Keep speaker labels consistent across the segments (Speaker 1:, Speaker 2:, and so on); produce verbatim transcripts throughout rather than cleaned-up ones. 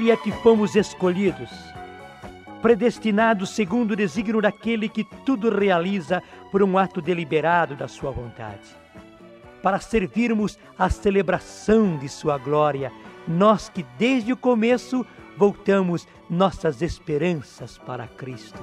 Speaker 1: nele é que fomos escolhidos, predestinados segundo o desígnio daquele que tudo realiza por um ato deliberado da sua vontade, para servirmos à celebração de sua glória, nós que desde o começo voltamos nossas esperanças para Cristo.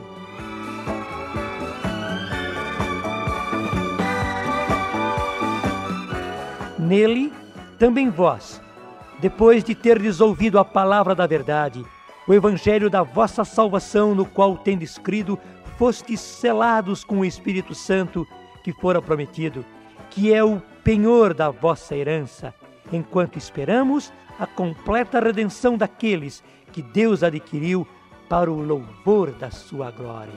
Speaker 1: Nele, também vós, depois de terdes ouvido a palavra da verdade, o evangelho da vossa salvação, no qual tendes crido, fostes selados com o Espírito Santo que fora prometido, que é o penhor da vossa herança, enquanto esperamos a completa redenção daqueles que Deus adquiriu para o louvor da sua glória.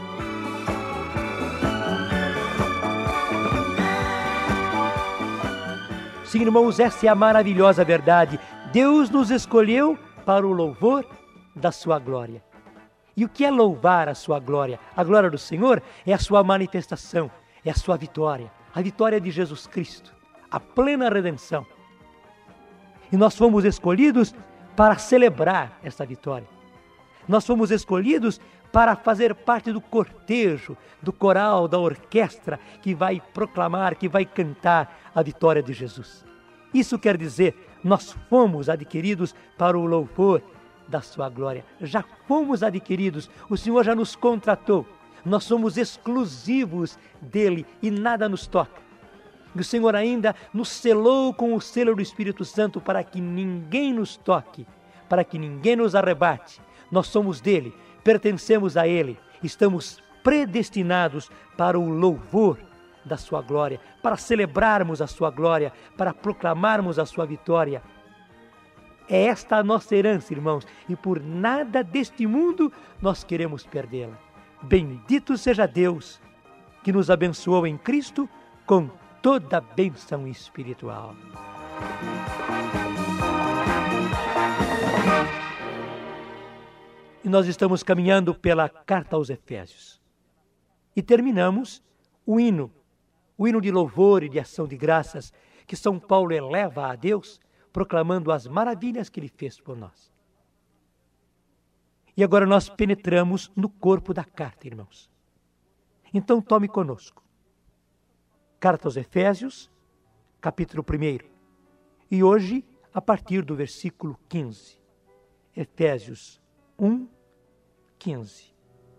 Speaker 1: Sim, irmãos, essa é a maravilhosa verdade. Deus nos escolheu para o louvor da sua glória. E o que é louvar a sua glória? A glória do Senhor é a sua manifestação, é a sua vitória, a vitória de Jesus Cristo, a plena redenção. E nós fomos escolhidos para celebrar essa vitória. Nós fomos escolhidos para fazer parte do cortejo, do coral, da orquestra que vai proclamar, que vai cantar a vitória de Jesus. Isso quer dizer, nós fomos adquiridos para o louvor da sua glória. Já fomos adquiridos, o Senhor já nos contratou. Nós somos exclusivos dele e nada nos toca. E o Senhor ainda nos selou com o selo do Espírito Santo para que ninguém nos toque, para que ninguém nos arrebate. Nós somos dele, pertencemos a ele, estamos predestinados para o louvor da sua glória, para celebrarmos a sua glória, para proclamarmos a sua vitória. É esta a nossa herança, irmãos, e por nada deste mundo nós queremos perdê-la. Bendito seja Deus, que nos abençoou em Cristo com toda a bênção espiritual. E nós estamos caminhando pela carta aos Efésios. E terminamos o hino, o hino de louvor e de ação de graças que São Paulo eleva a Deus, proclamando as maravilhas que Ele fez por nós. E agora nós penetramos no corpo da carta, irmãos. Então tome conosco. Carta aos Efésios, capítulo primeiro. E hoje, a partir do versículo quinze. Efésios um, quinze.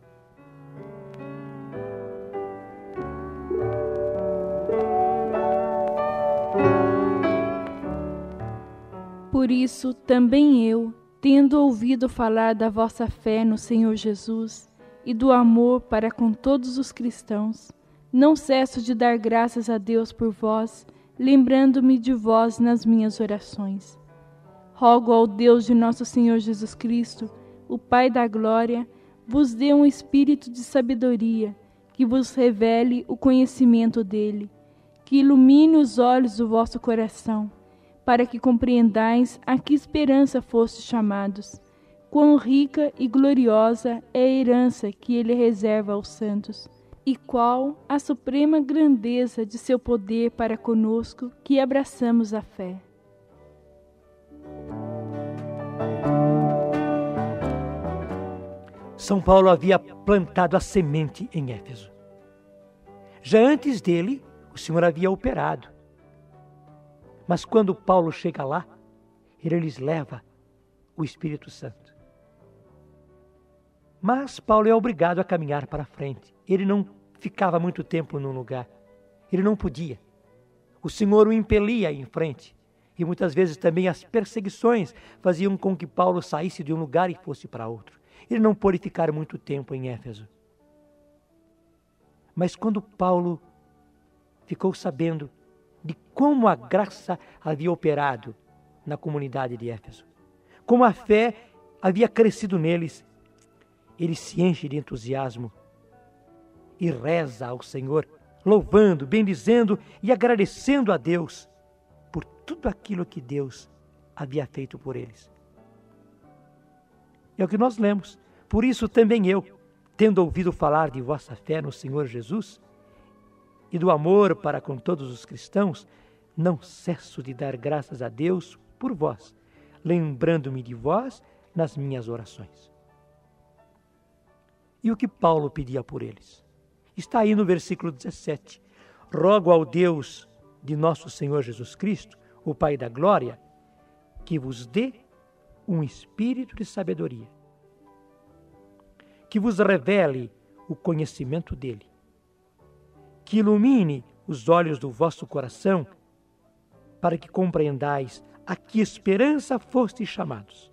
Speaker 2: Por isso, também eu, tendo ouvido falar da vossa fé no Senhor Jesus e do amor para com todos os cristãos, não cesso de dar graças a Deus por vós, lembrando-me de vós nas minhas orações. Rogo ao Deus de nosso Senhor Jesus Cristo, o Pai da glória, vos dê um espírito de sabedoria, que vos revele o conhecimento dele, que ilumine os olhos do vosso coração, para que compreendais a que esperança fostes chamados, quão rica e gloriosa é a herança que ele reserva aos santos, e qual a suprema grandeza de seu poder para conosco que abraçamos a fé.
Speaker 1: São Paulo havia plantado a semente em Éfeso. Já antes dele, o Senhor havia operado. Mas quando Paulo chega lá, ele lhes leva o Espírito Santo. Mas Paulo é obrigado a caminhar para frente. Ele não ficava muito tempo num lugar. Ele não podia. O Senhor o impelia em frente. E muitas vezes também as perseguições faziam com que Paulo saísse de um lugar e fosse para outro. Ele não pôde ficar muito tempo em Éfeso. Mas quando Paulo ficou sabendo de como a graça havia operado na comunidade de Éfeso, como a fé havia crescido neles, ele se enche de entusiasmo e reza ao Senhor, louvando, bendizendo e agradecendo a Deus por tudo aquilo que Deus havia feito por eles. É o que nós lemos. Por isso também eu, tendo ouvido falar de vossa fé no Senhor Jesus e do amor para com todos os cristãos, não cesso de dar graças a Deus por vós, lembrando-me de vós nas minhas orações. E o que Paulo pedia por eles? Está aí no versículo dezessete. Rogo ao Deus de nosso Senhor Jesus Cristo, o Pai da glória, que vos dê um espírito de sabedoria, que vos revele o conhecimento dele, que ilumine os olhos do vosso coração, para que compreendais a que esperança fostes chamados.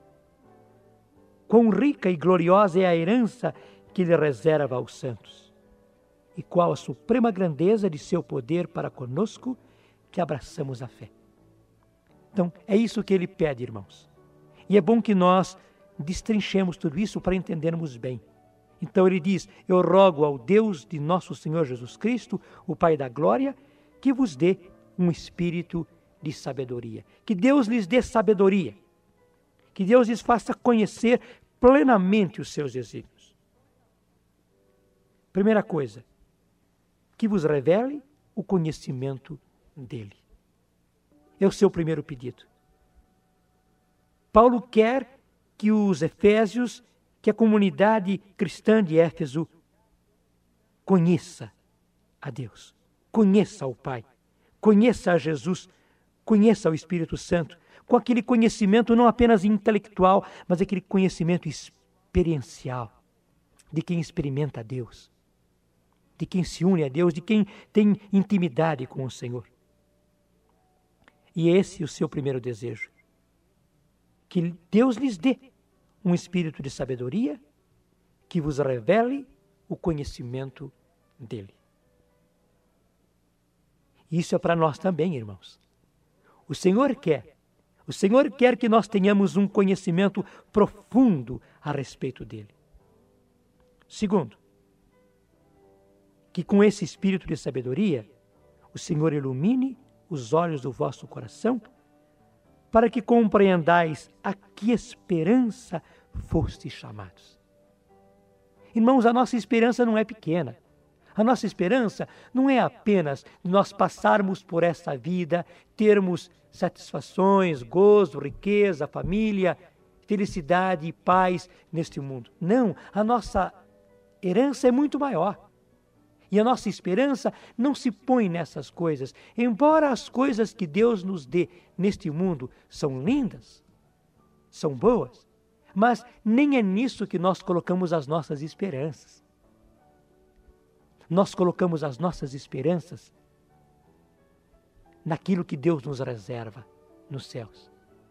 Speaker 1: Quão rica e gloriosa é a herança que ele reserva aos santos, e qual a suprema grandeza de seu poder para conosco que abraçamos a fé. Então, é isso que ele pede, irmãos. E é bom que nós destrinchemos tudo isso para entendermos bem. Então ele diz, eu rogo ao Deus de nosso Senhor Jesus Cristo, o Pai da glória, que vos dê um espírito de sabedoria. Que Deus lhes dê sabedoria. Que Deus lhes faça conhecer plenamente os seus desígnios. Primeira coisa, que vos revele o conhecimento dele. É o seu primeiro pedido. Paulo quer que os efésios, que a comunidade cristã de Éfeso conheça a Deus, conheça o Pai, conheça a Jesus, conheça o Espírito Santo, com aquele conhecimento não apenas intelectual, mas aquele conhecimento experiencial de quem experimenta a Deus, de quem se une a Deus, de quem tem intimidade com o Senhor. E esse é o seu primeiro desejo. Que Deus lhes dê um espírito de sabedoria que vos revele o conhecimento dele. Isso é para nós também, irmãos. O Senhor quer, o Senhor quer que nós tenhamos um conhecimento profundo a respeito dele. Segundo, que com esse espírito de sabedoria, o Senhor ilumine os olhos do vosso coração, para que compreendais a que esperança fostes chamados. Irmãos, a nossa esperança não é pequena. A nossa esperança não é apenas nós passarmos por essa vida, termos satisfações, gozo, riqueza, família, felicidade e paz neste mundo. Não, a nossa herança é muito maior. E a nossa esperança não se põe nessas coisas. Embora as coisas que Deus nos dê neste mundo são lindas, são boas, mas nem é nisso que nós colocamos as nossas esperanças. Nós colocamos as nossas esperanças naquilo que Deus nos reserva nos céus.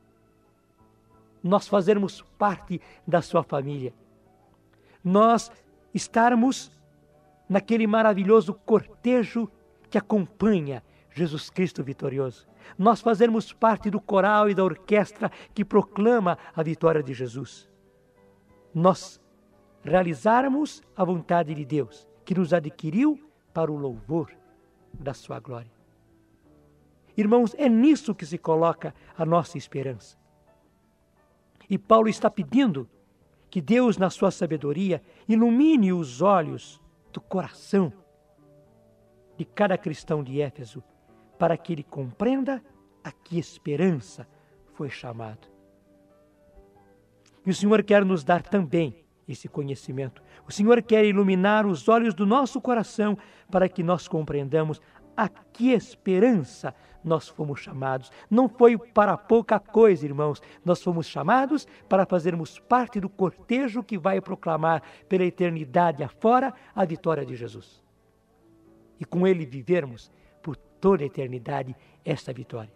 Speaker 1: Nós fazermos parte da sua família. Nós estarmos naquele maravilhoso cortejo que acompanha Jesus Cristo vitorioso. Nós fazermos parte do coral e da orquestra que proclama a vitória de Jesus. Nós realizarmos a vontade de Deus, que nos adquiriu para o louvor da sua glória. Irmãos, é nisso que se coloca a nossa esperança. E Paulo está pedindo que Deus, na sua sabedoria, ilumine os olhos do coração de cada cristão de Éfeso, para que ele compreenda a que esperança foi chamado. E o Senhor quer nos dar também esse conhecimento. O Senhor quer iluminar os olhos do nosso coração para que nós compreendamos a que esperança nós fomos chamados. Não foi para pouca coisa, irmãos. Nós fomos chamados para fazermos parte do cortejo que vai proclamar pela eternidade afora a vitória de Jesus. E com ele vivermos por toda a eternidade esta vitória.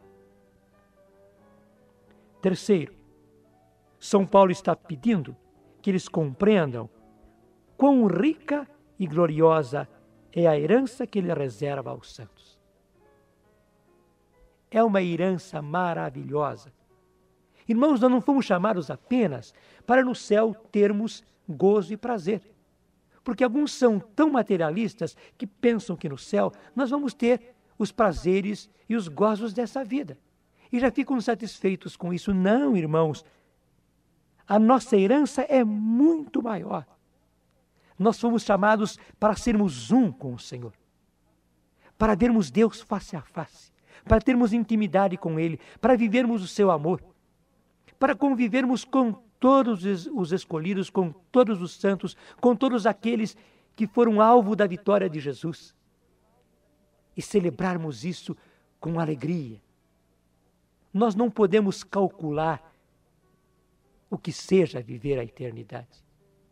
Speaker 1: Terceiro, São Paulo está pedindo que eles compreendam quão rica e gloriosa é a herança que ele reserva aos santos. É uma herança maravilhosa. Irmãos, nós não fomos chamados apenas para no céu termos gozo e prazer. Porque alguns são tão materialistas que pensam que no céu nós vamos ter os prazeres e os gozos dessa vida. E já ficam satisfeitos com isso. Não, irmãos. A nossa herança é muito maior. Nós fomos chamados para sermos um com o Senhor. Para vermos Deus face a face. Para termos intimidade com Ele. Para vivermos o seu amor. Para convivermos com todos os escolhidos, com todos os santos, com todos aqueles que foram alvo da vitória de Jesus. E celebrarmos isso com alegria. Nós não podemos calcular o que seja viver a eternidade.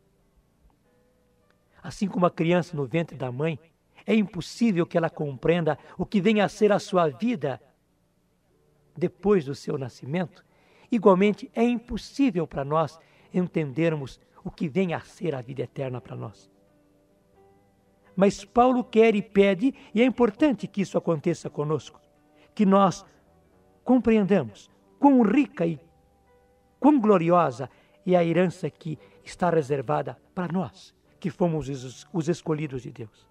Speaker 1: Assim como a criança no ventre da mãe, é impossível que ela compreenda o que vem a ser a sua vida depois do seu nascimento. Igualmente, é impossível para nós entendermos o que vem a ser a vida eterna para nós. Mas Paulo quer e pede, e é importante que isso aconteça conosco, que nós compreendamos quão rica e quão gloriosa é a herança que está reservada para nós, que fomos os escolhidos de Deus.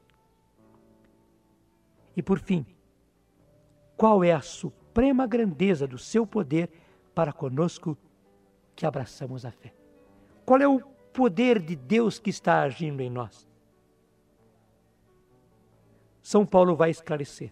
Speaker 1: E por fim, qual é a suprema grandeza do seu poder para conosco que abraçamos a fé? Qual é o poder de Deus que está agindo em nós? São Paulo vai esclarecer.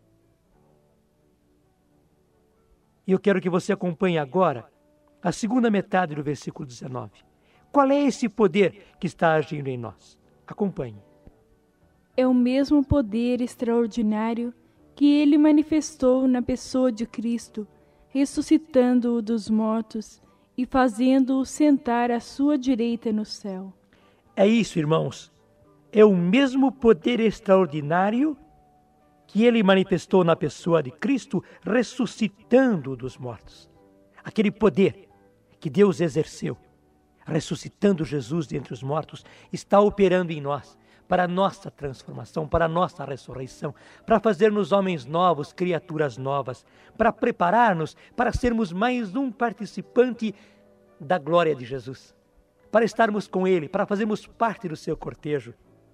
Speaker 1: E eu quero que você acompanhe agora a segunda metade do versículo dezenove. Qual é esse poder que está agindo em nós? Acompanhe.
Speaker 2: É o mesmo poder extraordinário que ele manifestou na pessoa de Cristo, ressuscitando-o dos mortos e fazendo-o sentar à sua direita no céu.
Speaker 1: É isso, irmãos. É o mesmo poder extraordinário que ele manifestou na pessoa de Cristo, ressuscitando-o dos mortos. Aquele poder que Deus exerceu, ressuscitando Jesus dentre os mortos, está operando em nós, para a nossa transformação, para a nossa ressurreição, para fazermos homens novos, criaturas novas, para preparar-nos para sermos mais um participante da glória de Jesus, para estarmos com Ele, para fazermos parte do seu cortejo.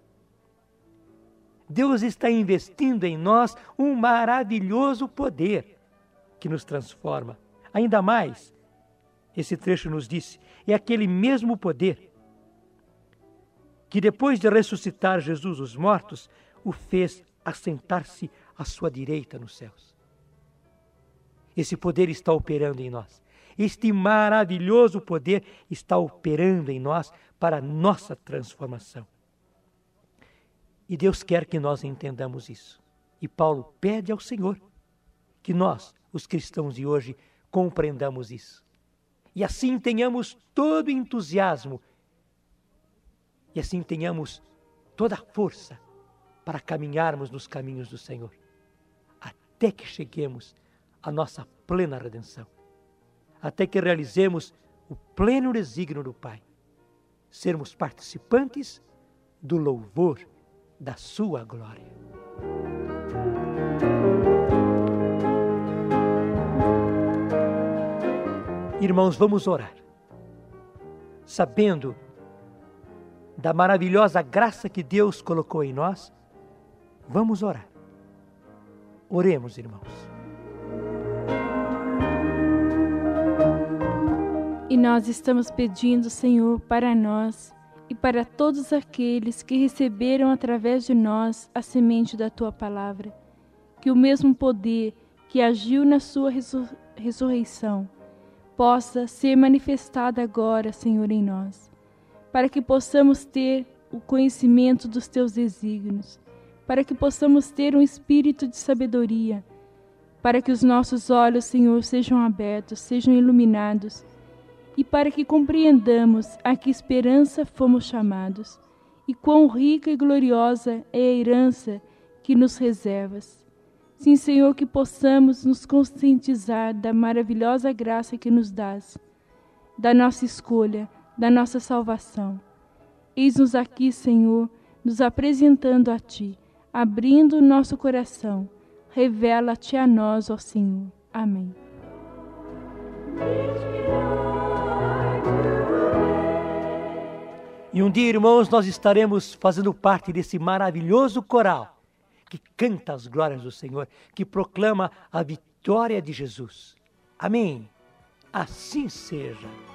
Speaker 1: Deus está investindo em nós um maravilhoso poder que nos transforma. Ainda mais, esse trecho nos disse, é aquele mesmo poder que depois de ressuscitar Jesus dos mortos, o fez assentar-se à sua direita nos céus. Esse poder está operando em nós. Este maravilhoso poder está operando em nós para a nossa transformação. E Deus quer que nós entendamos isso. E Paulo pede ao Senhor que nós, os cristãos de hoje, compreendamos isso. E assim tenhamos todo o entusiasmo e assim tenhamos toda a força para caminharmos nos caminhos do Senhor, até que cheguemos à nossa plena redenção, até que realizemos o pleno desígnio do Pai, sermos participantes do louvor da sua glória. Irmãos, vamos orar, sabendo da maravilhosa graça que Deus colocou em nós. Vamos orar. Oremos, irmãos.
Speaker 2: E nós estamos pedindo, Senhor, para nós e para todos aqueles que receberam através de nós a semente da Tua palavra, que o mesmo poder que agiu na Sua resur- ressurreição possa ser manifestado agora, Senhor, em nós, para que possamos ter o conhecimento dos Teus desígnios, para que possamos ter um espírito de sabedoria, para que os nossos olhos, Senhor, sejam abertos, sejam iluminados, e para que compreendamos a que esperança fomos chamados, e quão rica e gloriosa é a herança que nos reservas. Sim, Senhor, que possamos nos conscientizar da maravilhosa graça que nos dás, da nossa escolha, da nossa salvação. Eis-nos aqui, Senhor, nos apresentando a Ti, abrindo o nosso coração. Revela-te a nós, ó Senhor. Amém.
Speaker 1: E um dia, irmãos, nós estaremos fazendo parte desse maravilhoso coral que canta as glórias do Senhor, que proclama a vitória de Jesus. Amém. Assim seja.